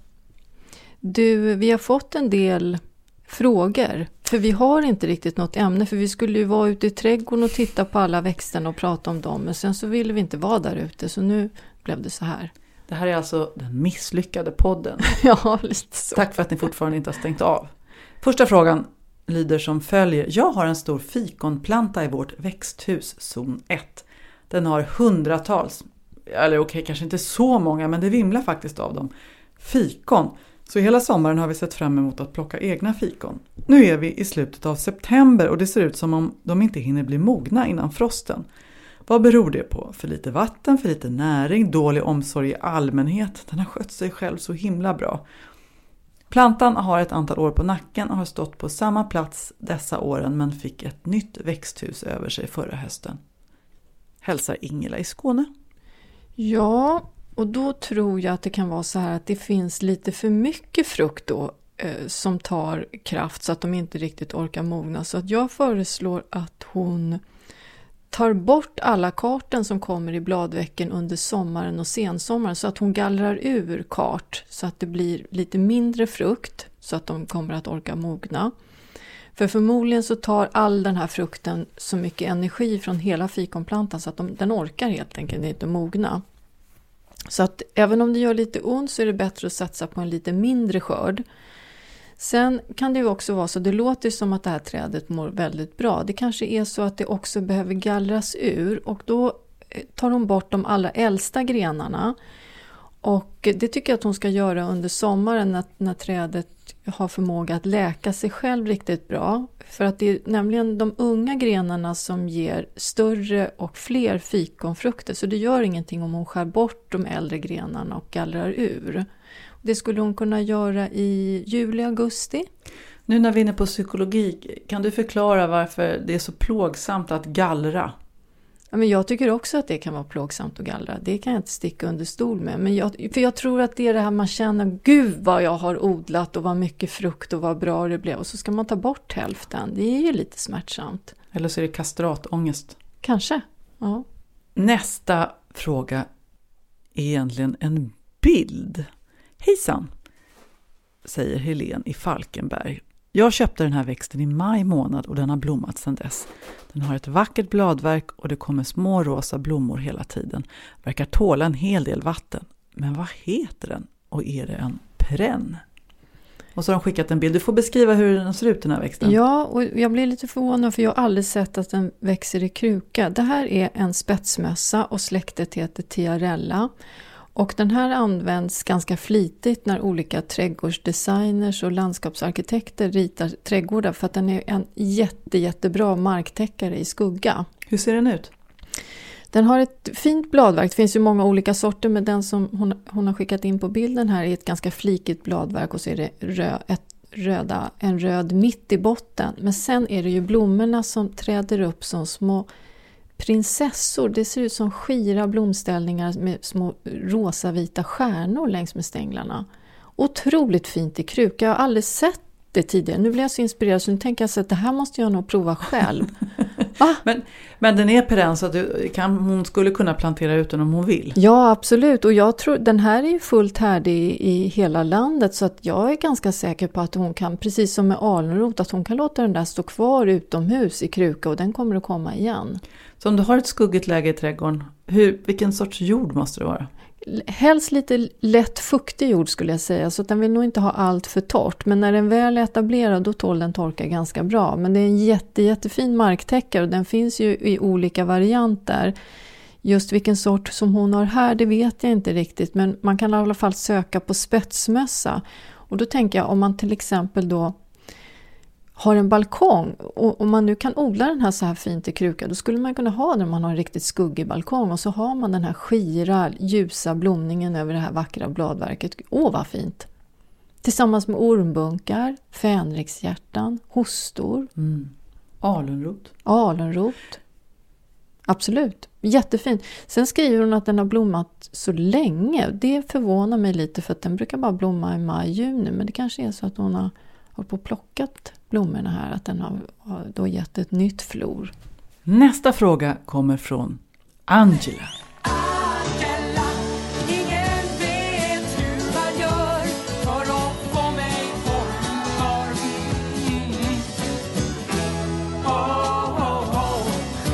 Du, vi har fått en del frågor. För vi har inte riktigt något ämne. För vi skulle ju vara ute i trädgården och titta på alla växterna och prata om dem. Men sen så ville vi inte vara där ute. Så nu blev det så här.
Det här är alltså den misslyckade podden.
Ja, lite så.
Tack för att ni fortfarande inte har stängt av. Första frågan lyder som följer. Jag har en stor fikonplanta i vårt växthus, zon ett. Den har hundratals, eller okej, kanske inte så många, men det vimlar faktiskt av dem. Fikon. Så hela sommaren har vi sett fram emot att plocka egna fikon. Nu är vi i slutet av september och det ser ut som om de inte hinner bli mogna innan frosten. Vad beror det på? För lite vatten, för lite näring, dålig omsorg i allmänhet. Den har skött sig själv så himla bra. Plantan har ett antal år på nacken och har stått på samma plats dessa åren men fick ett nytt växthus över sig förra hösten. Hälsar Ingela i Skåne.
Ja, och då tror jag att det kan vara så här att det finns lite för mycket frukt då eh, som tar kraft så att de inte riktigt orkar mogna. Så att jag föreslår att hon tar bort alla karten som kommer i bladvecken under sommaren och sensommaren så att hon gallrar ur kart så att det blir lite mindre frukt så att de kommer att orka mogna. För förmodligen så tar all den här frukten så mycket energi från hela fikonplantan så att de, den orkar helt enkelt inte mogna. Så att även om det gör lite ont så är det bättre att satsa på en lite mindre skörd. Sen kan det ju också vara så, det låter som att det här trädet mår väldigt bra. Det kanske är så att det också behöver gallras ur och då tar hon bort de allra äldsta grenarna. Och det tycker jag att hon ska göra under sommaren när, när trädet har förmåga att läka sig själv riktigt bra. För att det är nämligen de unga grenarna som ger större och fler fikonfrukter. Så det gör ingenting om hon skär bort de äldre grenarna och gallrar ur. Det skulle hon kunna göra i juli, augusti.
Nu när vi är inne på psykologi, kan du förklara varför det är så plågsamt att gallra?
Ja, men jag tycker också att det kan vara plågsamt att gallra. Det kan jag inte sticka under stol med. Men jag, för jag tror att det är det här man känner, gud vad jag har odlat och vad mycket frukt och vad bra det blev. Och så ska man ta bort hälften. Det är ju lite smärtsamt.
Eller så är det kastratångest.
Kanske, ja.
Nästa fråga är egentligen en bild. Hejsan, säger Helene i Falkenberg. Jag köpte den här växten i maj månad och den har blommat sedan dess. Den har ett vackert bladverk och det kommer små rosa blommor hela tiden. Verkar tåla en hel del vatten. Men vad heter den? Och är det en perenn? Och så har de skickat en bild. Du får beskriva hur den ser ut, den här växten.
Ja, och jag blir lite förvånad för jag har aldrig sett att den växer i kruka. Det här är en spetsmössa och släktet heter Tiarella. Och den här används ganska flitigt när olika trädgårdsdesigners och landskapsarkitekter ritar trädgårdar för att den är en jätte, jättebra marktäckare i skugga.
Hur ser den ut?
Den har ett fint bladverk. Det finns ju många olika sorter, men den som hon, hon har skickat in på bilden här är ett ganska flikigt bladverk och så är det rö, ett röda, en röd mitt i botten. Men sen är det ju blommorna som träder upp som små prinsessor. Det ser ut som skira blomställningar med små rosa-vita stjärnor längs med stänglarna. Otroligt fint i kruka. Jag har aldrig sett det tidigare. Nu blir jag så inspirerad så nu tänker jag så att det här måste jag nog prova själv.
men, men den är perenn så att du kan, hon skulle kunna plantera ut den om hon vill.
Ja, absolut. Och jag tror den här är ju fullt härdig i, i hela landet så att jag är ganska säker på att hon kan, precis som med alnrot, att hon kan låta den där stå kvar utomhus i kruka och den kommer att komma igen.
Så om du har ett skuggigt läge i trädgården, hur, vilken sorts jord måste det vara?
Helst lite lätt fuktig jord skulle jag säga, så att den vill nog inte ha allt för torrt. Men när den väl är etablerad då tål den torka ganska bra. Men det är en jätte, jättefin marktäckare och den finns ju i olika varianter. Just vilken sort som hon har här, det vet jag inte riktigt. Men man kan i alla fall söka på spetsmössa. Och då tänker jag om man till exempel då har en balkong och om man nu kan odla den här så här fint i kruka, då skulle man kunna ha den om man har en riktigt skuggig balkong och så har man den här skira, ljusa blomningen över det här vackra bladverket. Åh, vad fint! Tillsammans med ormbunkar, fänrikshjärtan, hostor.
Mm. Alunrot.
Alunrot. Absolut, jättefint. Sen skriver hon att den har blommat så länge. Det förvånar mig lite för att den brukar bara blomma i maj, juni. Men det kanske är så att hon har hållit på och plockat blommorna här, att den har, har då gett ett nytt flor.
Nästa fråga kommer från Angela.
Angela, ingen vet hur man gör för att få mig formbar. Mm. Oh, oh, oh.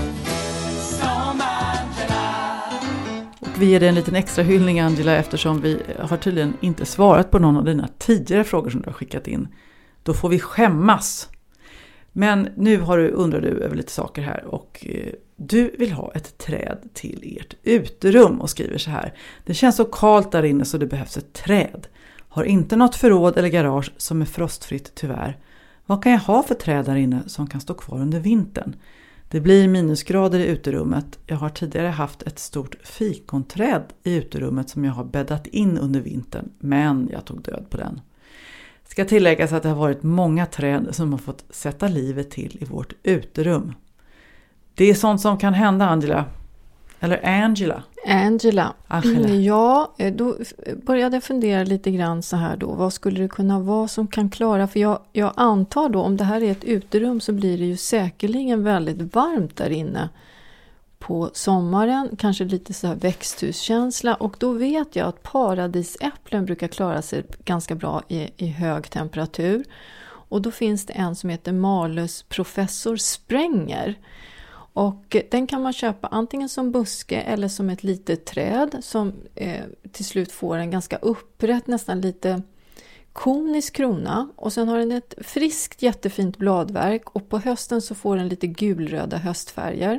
Som Angela.
Och vi ger dig en liten extra hyllning, Angela, eftersom vi har tydligen inte svarat på någon av dina tidigare frågor som du har skickat in. Då får vi skämmas. Men nu har du, undrar du över lite saker här och eh, du vill ha ett träd till ert uterum och skriver så här. Det känns så kallt där inne så det behövs ett träd. Har inte något förråd eller garage som är frostfritt tyvärr. Vad kan jag ha för träd där inne som kan stå kvar under vintern? Det blir minusgrader i uterummet. Jag har tidigare haft ett stort fikonträd i uterummet som jag har bäddat in under vintern, men jag tog död på den. Ska tilläggas att det har varit många träd som har fått sätta livet till i vårt uterum. Det är sånt som kan hända, Angela. Eller Angela.
Angela.
Angela.
Ja, då började jag fundera lite grann så här då. Vad skulle det kunna vara som kan klara? För jag, jag antar då, om det här är ett uterum så blir det ju säkerligen väldigt varmt där inne på sommaren. Kanske lite så här växthuskänsla. Och då vet jag att paradisäpplen brukar klara sig ganska bra i, i hög temperatur. Och då finns det en som heter Malus Professor Sprenger. Och den kan man köpa antingen som buske eller som ett litet träd som eh, till slut får en ganska upprätt, nästan lite konisk krona. Och sen har den ett friskt jättefint bladverk och på hösten så får den lite gulröda höstfärger.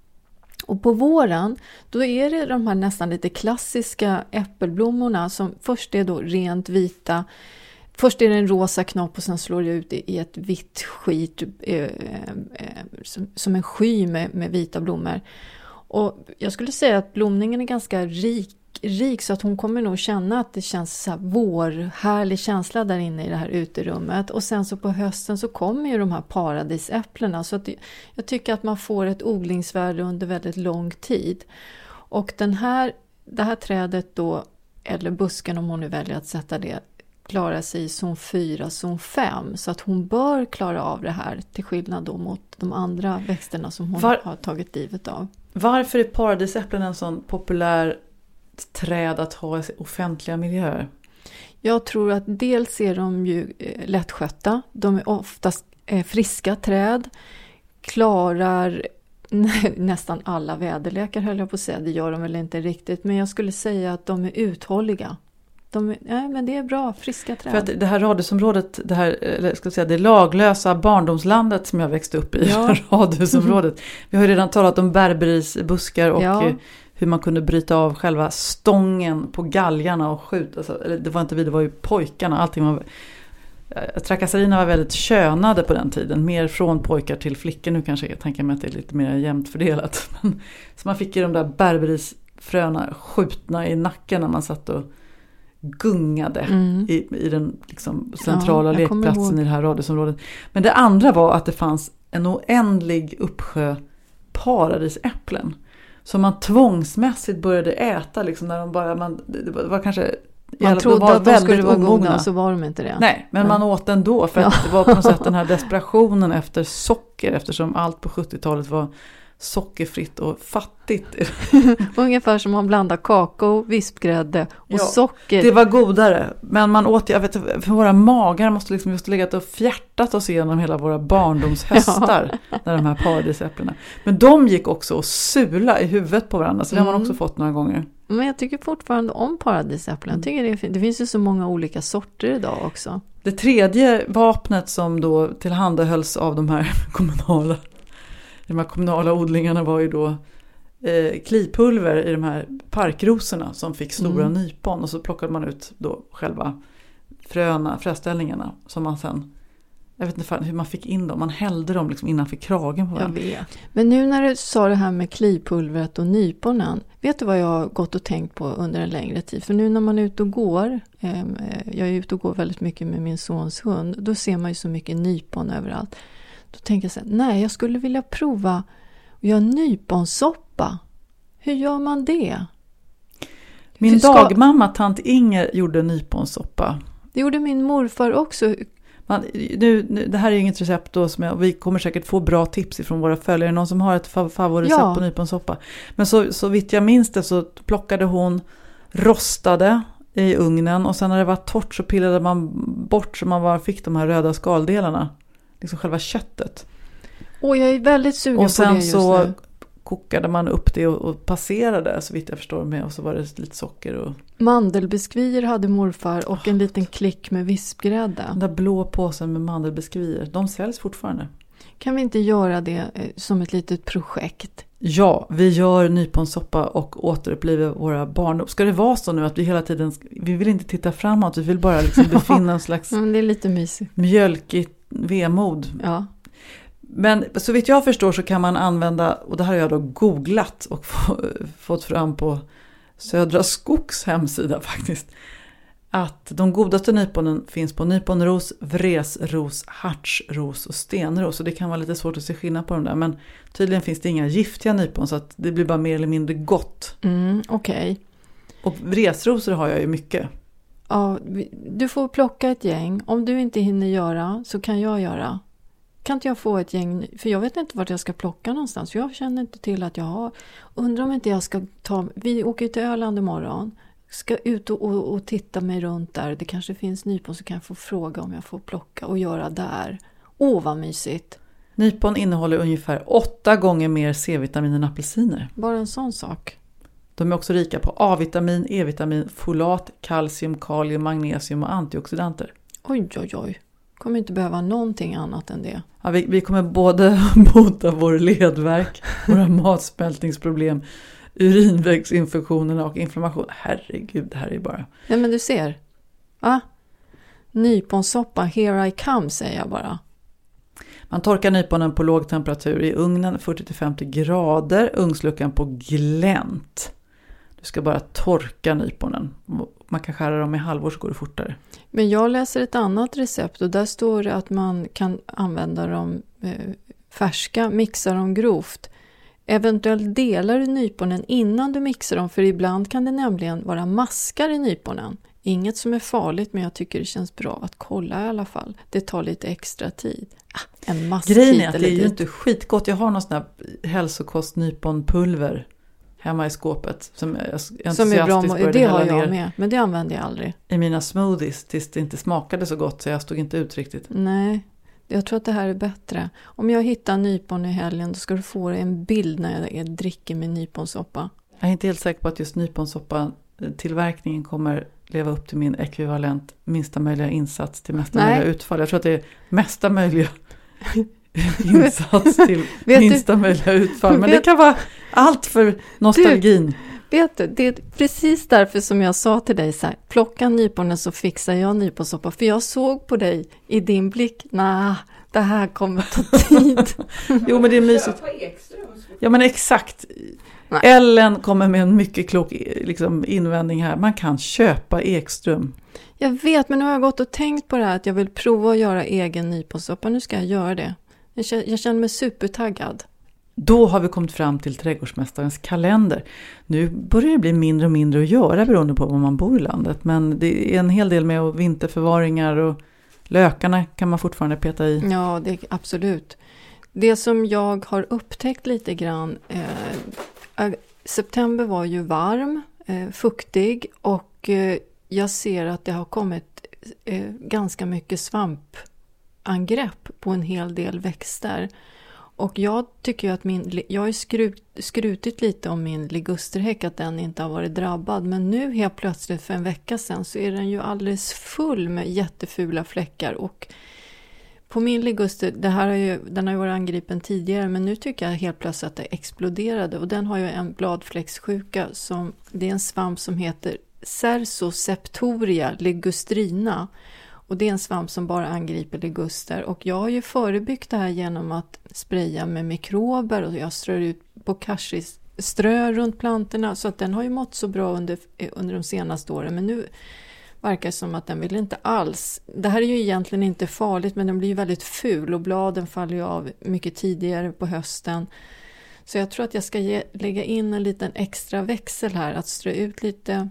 Och på våren då är det de här nästan lite klassiska äppelblommorna som först är då rent vita. Först är det en rosa knopp och sen slår det ut i ett vitt skit eh, eh, som, som en sky med, med vita blommor. Och jag skulle säga att blomningen är ganska rik, rik så att hon kommer nog känna att det känns så här vår, härlig känsla där inne i det här uterummet. Och sen så på hösten så kommer ju de här paradisäpplena så att jag tycker att man får ett odlingsvärde under väldigt lång tid. Och den här, det här trädet då, eller busken om hon nu väljer att sätta det, klarar sig i zon fyra, zon fem. Så att hon bör klara av det här till skillnad då mot de andra växterna som hon Var, har tagit livet av.
Varför är paradisäpplen en sån populär träd att ha i offentliga miljöer?
Jag tror att dels är de ju lättskötta. De är oftast friska träd. Klarar nästan alla väderlekar höll jag på att säga. Det gör de väl inte riktigt. Men jag skulle säga att de är uthålliga. De, nej, men det är bra, friska träd.
För att det här radhusområdet, det här, eller ska jag säga, det laglösa barndomslandet som jag växte upp i, ja. radhusområdet. Vi har ju redan talat om berberisbuskar och ja. hur man kunde bryta av själva stången på galgarna och skjuta. Alltså, eller det var inte vi, det var ju pojkarna. Allting var, Trakasserierna var väldigt könade på den tiden. Mer från pojkar till flickor. Nu kanske jag tänker mig att det är lite mer jämnt fördelat. Men, så man fick ju de där berberisfröna skjutna i nacken när man satt och gungade mm. i, i den liksom, centrala ja, lekplatsen i det här radhusområdet. Men det andra var att det fanns en oändlig uppsjö paradisäpplen som man tvångsmässigt började äta liksom, när de bara, man, det var kanske
man trodde att de skulle vara goda, så var de inte det.
Nej, men
Nej.
man åt den då för att det var på något sätt den här desperationen efter socker, eftersom allt på sjuttiotalet var sockerfritt och fattigt.
Ungefär som man blandar kakao, vispgrädde och ja, socker.
Det var godare, men man åt, jag vet, för våra magar måste liksom just legat och fjärtat oss igenom hela våra barndomshöstar ja. När de här paradisäpplena. Men de gick också och sula i huvudet på varandra, så det mm. har man också fått några gånger.
Men jag tycker fortfarande om paradisäpplen. Jag tycker det, är fint. Det finns ju så många olika sorter idag också.
Det tredje vapnet som då tillhandahölls av de här kommunala de här kommunala odlingarna var ju då eh, klipulver i de här parkrosorna som fick stora mm. nypon, och så plockade man ut då själva fröna, fröställningarna som man sen, jag vet inte hur man fick in dem, man hällde dem liksom innanför kragen på varandra.
Jag vet. Men nu när du sa det här med klipulvret och nyponen, vet du vad jag har gått och tänkt på under en längre tid? För nu när man är ute och går, eh, jag är ute och går väldigt mycket med min sons hund, då ser man ju så mycket nypon överallt. Då tänker jag så här, nej, jag skulle vilja prova att göra nyponsoppa. Hur gör man det?
Min
ska...
dagmamma, tant Inger, gjorde nyponsoppa.
Det gjorde min morfar också.
Man, nu, nu, det här är inget recept då, som jag, vi kommer säkert få bra tips ifrån våra följare. Någon som har ett favoritrecept ja. På nyponsoppa. Men så, så vitt jag minns det så plockade hon, rostade i ugnen, och sen när det var torrt så pillade man bort så man bara fick de här röda skaldelarna. Liksom själva köttet.
Och jag är väldigt sugen på det just nu.
Och sen så kokade man upp det och, och passerade, så vitt jag förstår med, och så var det lite socker. Och...
mandelbiskvier hade morfar och en liten klick med vispgrädde.
Den där blå påsen med mandelbiskvier, de säljs fortfarande.
Kan vi inte göra det som ett litet projekt?
Ja, vi gör nyponsoppa och återupplivar våra barn. Ska det vara så nu att vi hela tiden, vi vill inte titta framåt, vi vill bara liksom befinna en slags
Men det är lite mysigt.
Mjölkigt vemod.
Ja.
Men så vitt jag förstår så kan man använda, och det här har jag då googlat och få, fått fram på Södra Skogs hemsida faktiskt, att de godaste nyponen finns på nyponros, vresros, hartsros och stenros. Så det kan vara lite svårt att se skillnad på dem där. Men tydligen finns det inga giftiga nypon, så att det blir bara mer eller mindre gott.
Mm, okej. Okay.
Och vresrosor har jag ju mycket.
Ja, du får plocka ett gäng. Om du inte hinner göra så kan jag göra. Kan inte jag få ett gäng? För jag vet inte vart jag ska plocka någonstans. Jag känner inte till att jag har. Undrar om inte jag ska ta... Vi åker till Öland imorgon. Ska ut och, och, och titta mig runt där. Det kanske finns nypon, så kan jag få fråga om jag får plocka och göra där. Åh, vad mysigt.
Nypon innehåller ungefär åtta gånger mer C-vitamin än apelsiner.
Bara en sån sak.
De är också rika på A-vitamin, E-vitamin, folat, kalcium, kalium, magnesium och antioxidanter.
Oj, oj, oj. Kommer inte behöva någonting annat än det.
Ja, vi, vi kommer både bota vår ledvärk, våra matsmältningsproblem, urinvägsinfektionerna och inflammation. Herregud, det här är bara...
Ja, men du ser. Va? Nyponsoppa, here I come, säger jag bara.
Man torkar nyponen på låg temperatur i ugnen, fyrtio till femtio grader, ugnsluckan på glänt. Du ska bara torka nyponen. Man kan skära dem i halvor så går det fortare.
Men jag läser ett annat recept och där står det att man kan använda dem eh, färska, mixa dem grovt. Eventuellt delar du nyponen innan du mixar dem, för ibland kan det nämligen vara maskar i nyponen. Inget som är farligt, men jag tycker det känns bra att kolla i alla fall. Det tar lite extra tid. Ah, en mask.
Grejen är att det är ju inte skitgott. Jag har någon sån här hälsokost nyponpulver hemma i skåpet som jag
som är bra, det har jag med, men det använder jag aldrig
i mina smoothies tills det inte smakade så gott, så jag stod inte ut riktigt.
Nej, jag tror att det här är bättre. Om jag hittar nypon i helgen, då ska du få en bild när jag dricker min nyponsoppa.
Jag är inte helt säker på att just nyponsoppa tillverkningen kommer leva upp till min ekvivalent minsta möjliga insats till mesta Nej. möjliga utfall. Jag tror att det är mesta möjliga insats till minsta möjliga utfall. Men det kan vara allt för nostalgin.
vet du, det är precis därför som jag sa till dig så här, plocka nyponen så fixar jag nyponsoppa. För jag såg på dig i din blick, nej, det här kommer ta tid.
Jo, men det är mysigt. Ja, men exakt. Nej. Ellen kommer med en mycket klok liksom, invändning här. Man kan köpa Ekström.
Jag vet, men nu har jag gått och tänkt på det här att jag vill prova att göra egen nyponsoppa. Nu ska jag göra det. Jag känner, jag känner mig supertaggad.
Då har vi kommit fram till trädgårdsmästarens kalender. Nu börjar det bli mindre och mindre att göra beroende på var man bor i landet. Men det är en hel del med vinterförvaringar och lökarna kan man fortfarande peta i.
Ja, det är absolut. Det som jag har upptäckt lite grann, eh, september var ju varm, eh, fuktig och eh, jag ser att det har kommit eh, ganska mycket svampangrepp på en hel del växter. Och jag tycker ju att min, jag har skrut, skrutit lite om min ligusterhäck att den inte har varit drabbad. Men nu helt plötsligt för en vecka sedan så är den ju alldeles full med jättefula fläckar. Och på min liguster, det här har ju, den har ju varit angripen tidigare men nu tycker jag helt plötsligt att det exploderade. Och den har ju en bladfläckssjuka som, det är en svamp som heter Cercoseptoria ligustrina. Och det är en svamp som bara angriper liguster. Och jag har ju förebyggt det här genom att spraya med mikrober. Och jag strör ut bokashi-strö runt plantorna. Så att den har ju mått så bra under, under de senaste åren. Men nu verkar det som att den vill inte alls. Det här är ju egentligen inte farligt men den blir ju väldigt ful. Och bladen faller ju av mycket tidigare på hösten. Så jag tror att jag ska ge, lägga in en liten extra växel här. Att strö ut lite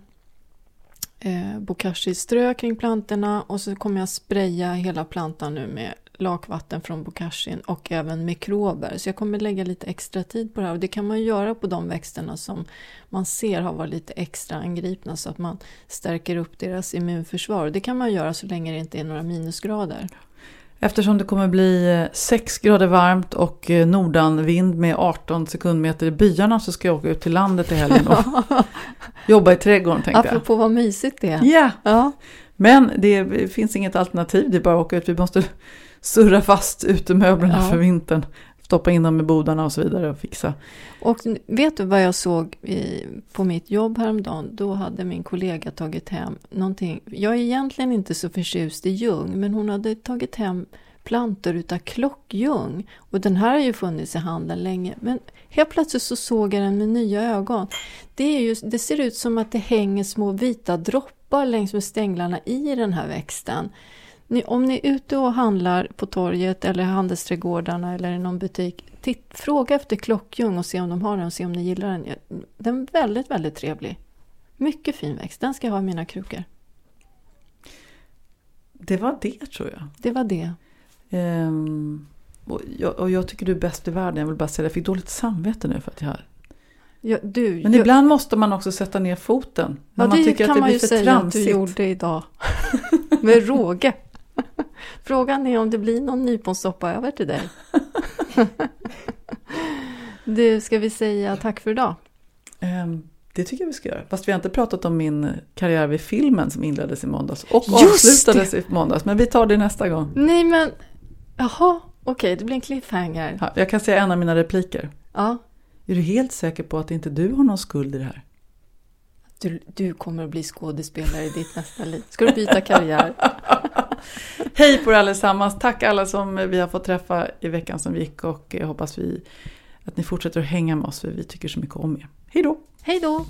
Eh, bokashi-strö kring plantorna och så kommer jag spraya hela plantan nu med lakvatten från bokashin och även mikrober. Så jag kommer lägga lite extra tid på det här och det kan man göra på de växterna som man ser har varit lite extra angripna så att man stärker upp deras immunförsvar. Det kan man göra så länge det inte är några minusgrader.
Eftersom det kommer bli sex grader varmt och nordanvind med arton sekundmeter i byarna så ska jag åka ut till landet i helgen och jobba i trädgården tänkte jag.
Apropå vad mysigt det är.
Yeah.
Ja.
Men det finns inget alternativ, det är bara att åka ut. Vi måste surra fast utemöblerna ja. för vintern. Stoppa in dem i bodarna och så vidare och fixa.
Och vet du vad jag såg i, på mitt jobb häromdagen? Då hade min kollega tagit hem någonting. Jag är egentligen inte så förtjust i ljung, men hon hade tagit hem plantor utav klockljung. Och den här har ju funnits i handeln länge. Men helt plötsligt så såg jag den med nya ögon. Det, är ju, det ser ut som att det hänger små vita droppar längs med stänglarna i den här växten. Ni, om ni är ute och handlar på torget eller handelsträdgårdarna eller i någon butik, titt, fråga efter klockljung och se om de har den och se om ni gillar den. Den är väldigt, väldigt trevlig. Mycket fin växt. Den ska jag ha i mina krukor.
Det var det tror jag.
Det var det.
Um, och, jag, och jag tycker du är bäst i världen. Jag vill bara säga det. Jag fick dåligt samvete nu för att jag har...
Ja, du,
Men
jag...
ibland måste man också sätta ner foten. När
ja,
man
det
tycker
kan
att det
man
blir
ju
för
säga
tramsigt.
att du gjorde idag. Med råge. Frågan är om det blir någon nyponsoppa över till dig. Du, ska vi säga tack för idag?
Um, det tycker jag vi ska göra. Fast vi har inte pratat om min karriär vid filmen som inleddes i måndags. Och
Just
avslutades
det.
i måndags. Men vi tar det nästa gång.
Nej men, jaha, okej, okay, det blir en cliffhanger.
Ja, jag kan säga en av mina repliker.
Ja.
Är du helt säker på att inte du har någon skuld i det här?
Du, du kommer att bli skådespelare i ditt nästa liv. Ska du byta karriär?
Hej på er allesammans. Tack alla som vi har fått träffa i veckan som gick. Och jag hoppas vi, att ni fortsätter att hänga med oss. För vi tycker så mycket om er. Hej då!
Hej då!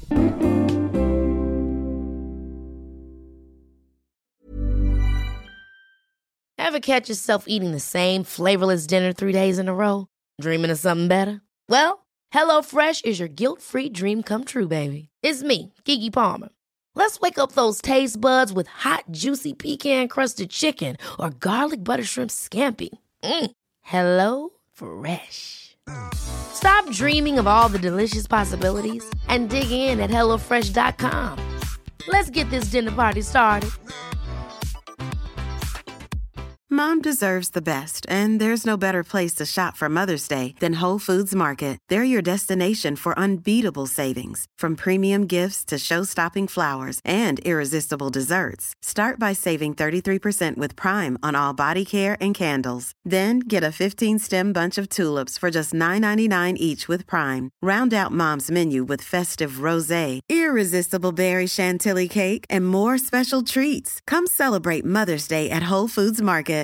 Ever catch yourself eating the same flavorless dinner three days in a row? Dreaming of something better? Well, HelloFresh is your guilt-free dream come true, baby. It's me, Keke Palmer. Let's wake up those taste buds with hot, juicy pecan-crusted chicken or garlic butter shrimp scampi. Mm. Hello Fresh. Stop dreaming of all the delicious possibilities and dig in at hello fresh dot com. Let's get this dinner party started.
Mom deserves the best, and there's no better place to shop for Mother's Day than Whole Foods Market. They're your destination for unbeatable savings, from premium gifts to show-stopping flowers and irresistible desserts. Start by saving thirty-three percent with Prime on all body care and candles. Then get a fifteen-stem bunch of tulips for just nine ninety-nine each with Prime. Round out Mom's menu with festive rosé, irresistible berry chantilly cake, and more special treats. Come celebrate Mother's Day at Whole Foods Market.